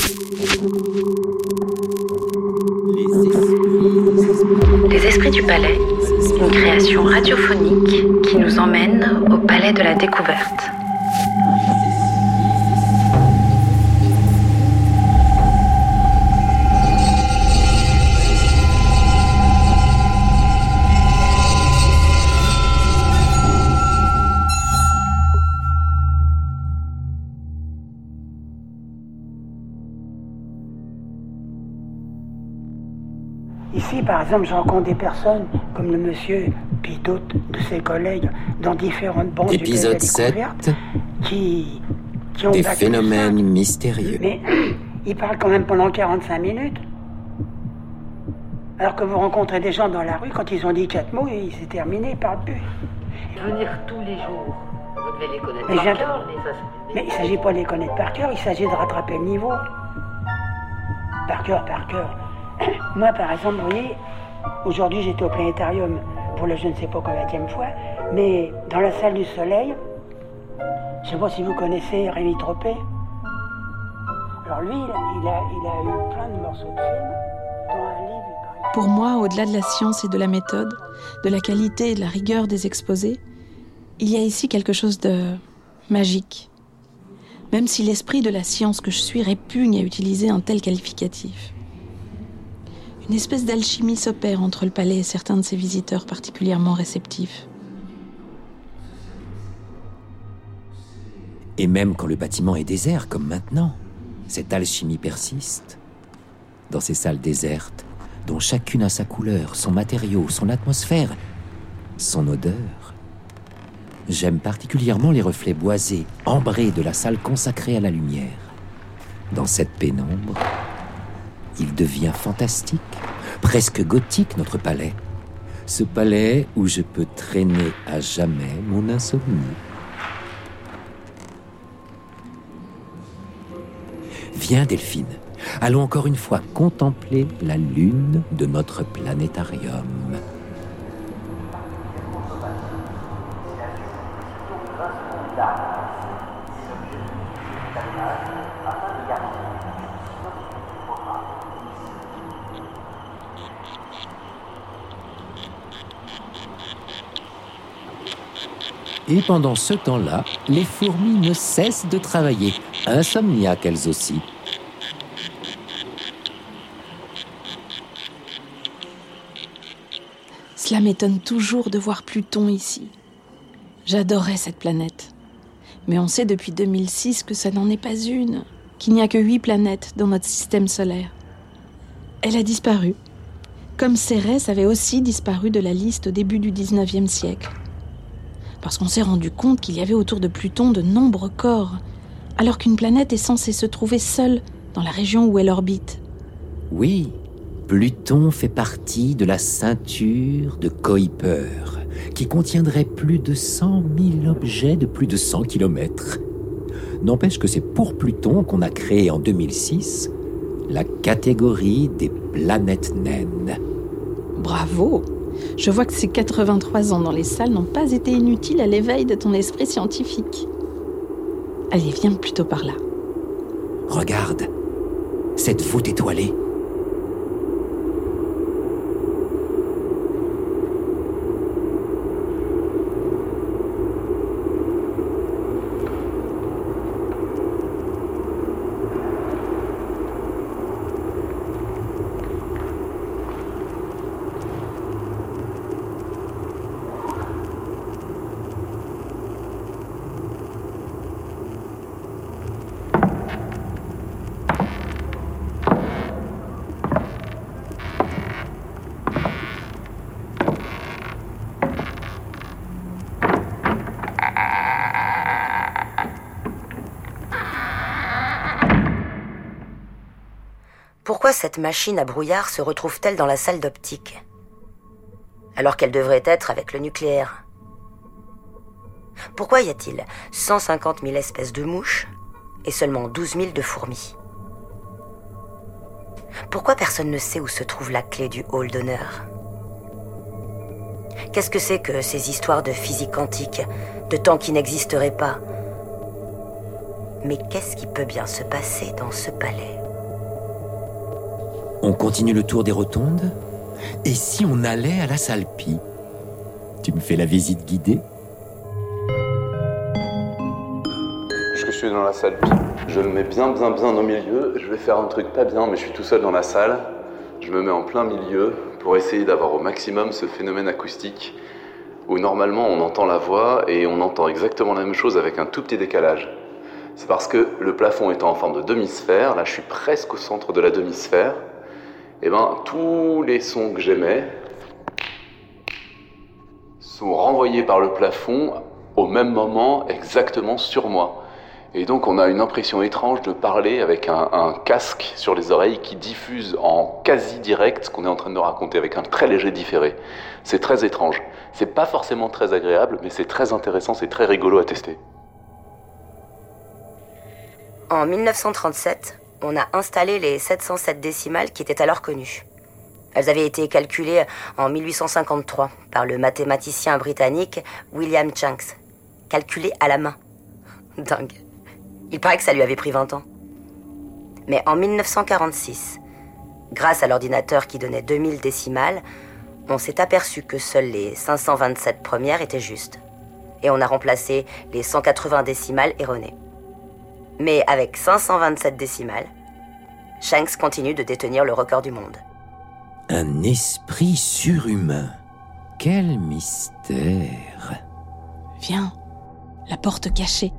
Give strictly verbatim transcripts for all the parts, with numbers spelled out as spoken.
Les Esprits du Palais, une création radiophonique qui nous emmène au Palais de la Découverte. Ici, par exemple, je rencontre des personnes comme le monsieur, puis d'autres de ses collègues dans différentes bandes Épisode du Palais de la Découverte, qui, qui ont des battu phénomènes ça. mystérieux. Mais ils parlent quand même pendant quarante-cinq minutes. Alors que vous rencontrez des gens dans la rue, quand ils ont dit quatre mots, et c'est terminé, ils parlent plus. Venir tous les jours, vous devez les connaître Mais par j'ai- cœur, les as- Mais il ne s'agit pas de les connaître par cœur, il s'agit de rattraper le niveau. Par cœur, par cœur. Moi, par exemple, vous voyez, aujourd'hui j'étais au planétarium pour le je ne sais pas combienième fois, mais dans la salle du soleil, je ne sais pas si vous connaissez Rémi Tropé. Alors lui, il a, il a, il a eu plein de morceaux de films, dont un livre, par exemple. Pour moi, au-delà de la science et de la méthode, de la qualité et de la rigueur des exposés, il y a ici quelque chose de magique. Même si l'esprit de la science que je suis répugne à utiliser un tel qualificatif. Une espèce d'alchimie s'opère entre le palais et certains de ses visiteurs particulièrement réceptifs. Et même quand le bâtiment est désert, comme maintenant, cette alchimie persiste. Dans ces salles désertes, dont chacune a sa couleur, son matériau, son atmosphère, son odeur. J'aime particulièrement les reflets boisés, ambrés de la salle consacrée à la lumière. Dans cette pénombre, il devient fantastique, presque gothique notre palais. Ce palais où je peux traîner à jamais mon insomnie. Viens Delphine, allons encore une fois contempler la lune de notre planétarium. Et pendant ce temps-là, les fourmis ne cessent de travailler, insomniaques elles aussi. Cela m'étonne toujours de voir Pluton ici. J'adorais cette planète. Mais on sait depuis deux mille six que ça n'en est pas une, qu'il n'y a que huit planètes dans notre système solaire. Elle a disparu, comme Cérès avait aussi disparu de la liste au début du dix-neuvième siècle. Parce qu'on s'est rendu compte qu'il y avait autour de Pluton de nombreux corps, alors qu'une planète est censée se trouver seule dans la région où elle orbite. Oui, Pluton fait partie de la ceinture de Kuiper, qui contiendrait plus de cent mille objets de plus de cent kilomètres. N'empêche que c'est pour Pluton qu'on a créé en deux mille six la catégorie des planètes naines. Bravo! Je vois que ces quatre-vingt-trois ans dans les salles n'ont pas été inutiles à l'éveil de ton esprit scientifique. Allez, viens plutôt par là. Regarde, cette voûte étoilée. Pourquoi cette machine à brouillard se retrouve-t-elle dans la salle d'optique, alors qu'elle devrait être avec le nucléaire? Pourquoi y a-t-il cent cinquante mille espèces de mouches et seulement douze mille de fourmis? Pourquoi personne ne sait où se trouve la clé du hall d'honneur? Qu'est-ce que c'est que ces histoires de physique quantique, de temps qui n'existerait pas? Mais qu'est-ce qui peut bien se passer dans ce palais ? On continue le tour des rotondes? Et si on allait à la salle Pi? Tu me fais la visite guidée? Je suis dans la salle Pi. Je me mets bien, bien, bien au milieu. Je vais faire un truc pas bien, mais je suis tout seul dans la salle. Je me mets en plein milieu pour essayer d'avoir au maximum ce phénomène acoustique où normalement on entend la voix et on entend exactement la même chose avec un tout petit décalage. C'est parce que le plafond étant en forme de demi-sphère, là je suis presque au centre de la demi-sphère, et ben tous les sons que j'émets sont renvoyés par le plafond au même moment exactement sur moi. Et donc on a une impression étrange de parler avec un, un casque sur les oreilles qui diffuse en quasi direct ce qu'on est en train de nous raconter avec un très léger différé. C'est très étrange. C'est pas forcément très agréable, mais c'est très intéressant, c'est très rigolo à tester. En mille neuf cent trente-sept, on a installé les sept cent sept décimales qui étaient alors connues. Elles avaient été calculées en mille huit cent cinquante-trois par le mathématicien britannique William Shanks. Calculées à la main. Dingue. Il paraît que ça lui avait pris vingt ans. Mais en mille neuf cent quarante-six, grâce à l'ordinateur qui donnait deux mille décimales, on s'est aperçu que seules les cinq cent vingt-sept premières étaient justes. Et on a remplacé les cent quatre-vingts décimales erronées. Mais avec cinq cent vingt-sept décimales, Shanks continue de détenir le record du monde. Un esprit surhumain. Quel mystère. Viens, la porte cachée.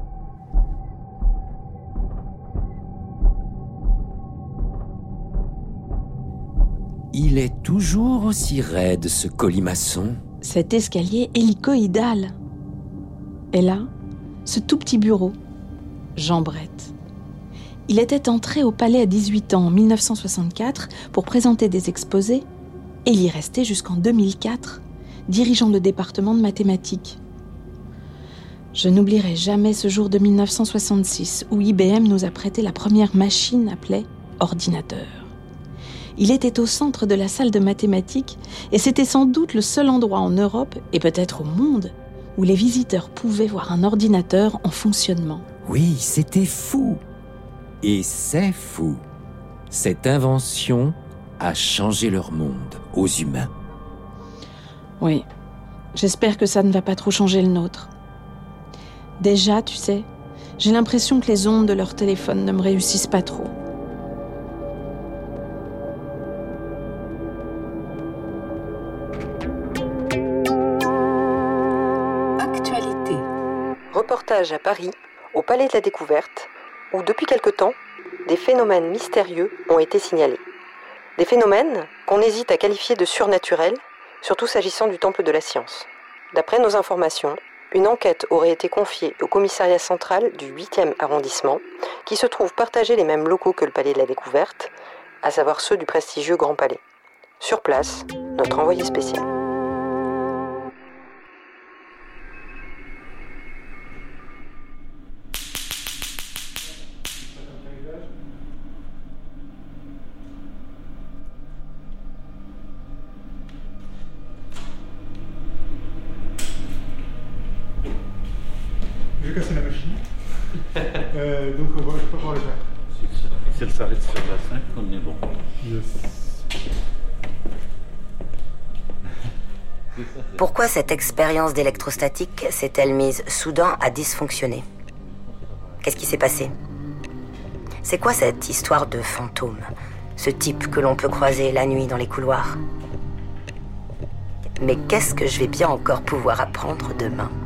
Il est toujours aussi raide, ce colimaçon. Cet escalier hélicoïdal. Et là, ce tout petit bureau, Jean Brett. Il était entré au palais à dix-huit ans en mille neuf cent soixante-quatre pour présenter des exposés et il y restait jusqu'en deux mille quatre, dirigeant le département de mathématiques. Je n'oublierai jamais ce jour de mille neuf cent soixante-six où I B M nous a prêté la première machine appelée ordinateur. Il était au centre de la salle de mathématiques et c'était sans doute le seul endroit en Europe et peut-être au monde où les visiteurs pouvaient voir un ordinateur en fonctionnement. Oui, c'était fou. Et c'est fou. Cette invention a changé leur monde aux humains. Oui, j'espère que ça ne va pas trop changer le nôtre. Déjà, tu sais, j'ai l'impression que les ondes de leur téléphone ne me réussissent pas trop. Actualité. Reportage à Paris, au Palais de la Découverte, où depuis quelque temps, des phénomènes mystérieux ont été signalés. Des phénomènes qu'on hésite à qualifier de surnaturels, surtout s'agissant du Temple de la Science. D'après nos informations, une enquête aurait été confiée au commissariat central du huitième arrondissement, qui se trouve partager les mêmes locaux que le Palais de la Découverte, à savoir ceux du prestigieux Grand Palais. Sur place, notre envoyé spécial. J'ai cassé la machine. euh, donc on va, je peux pouvoir le faire. Si elle s'arrête sur la cinq, on est bon. Yes. Pourquoi cette expérience d'électrostatique s'est-elle mise soudain à dysfonctionner? Qu'est-ce qui s'est passé? C'est quoi cette histoire de fantôme? Ce type que l'on peut croiser la nuit dans les couloirs? Mais qu'est-ce que je vais bien encore pouvoir apprendre demain?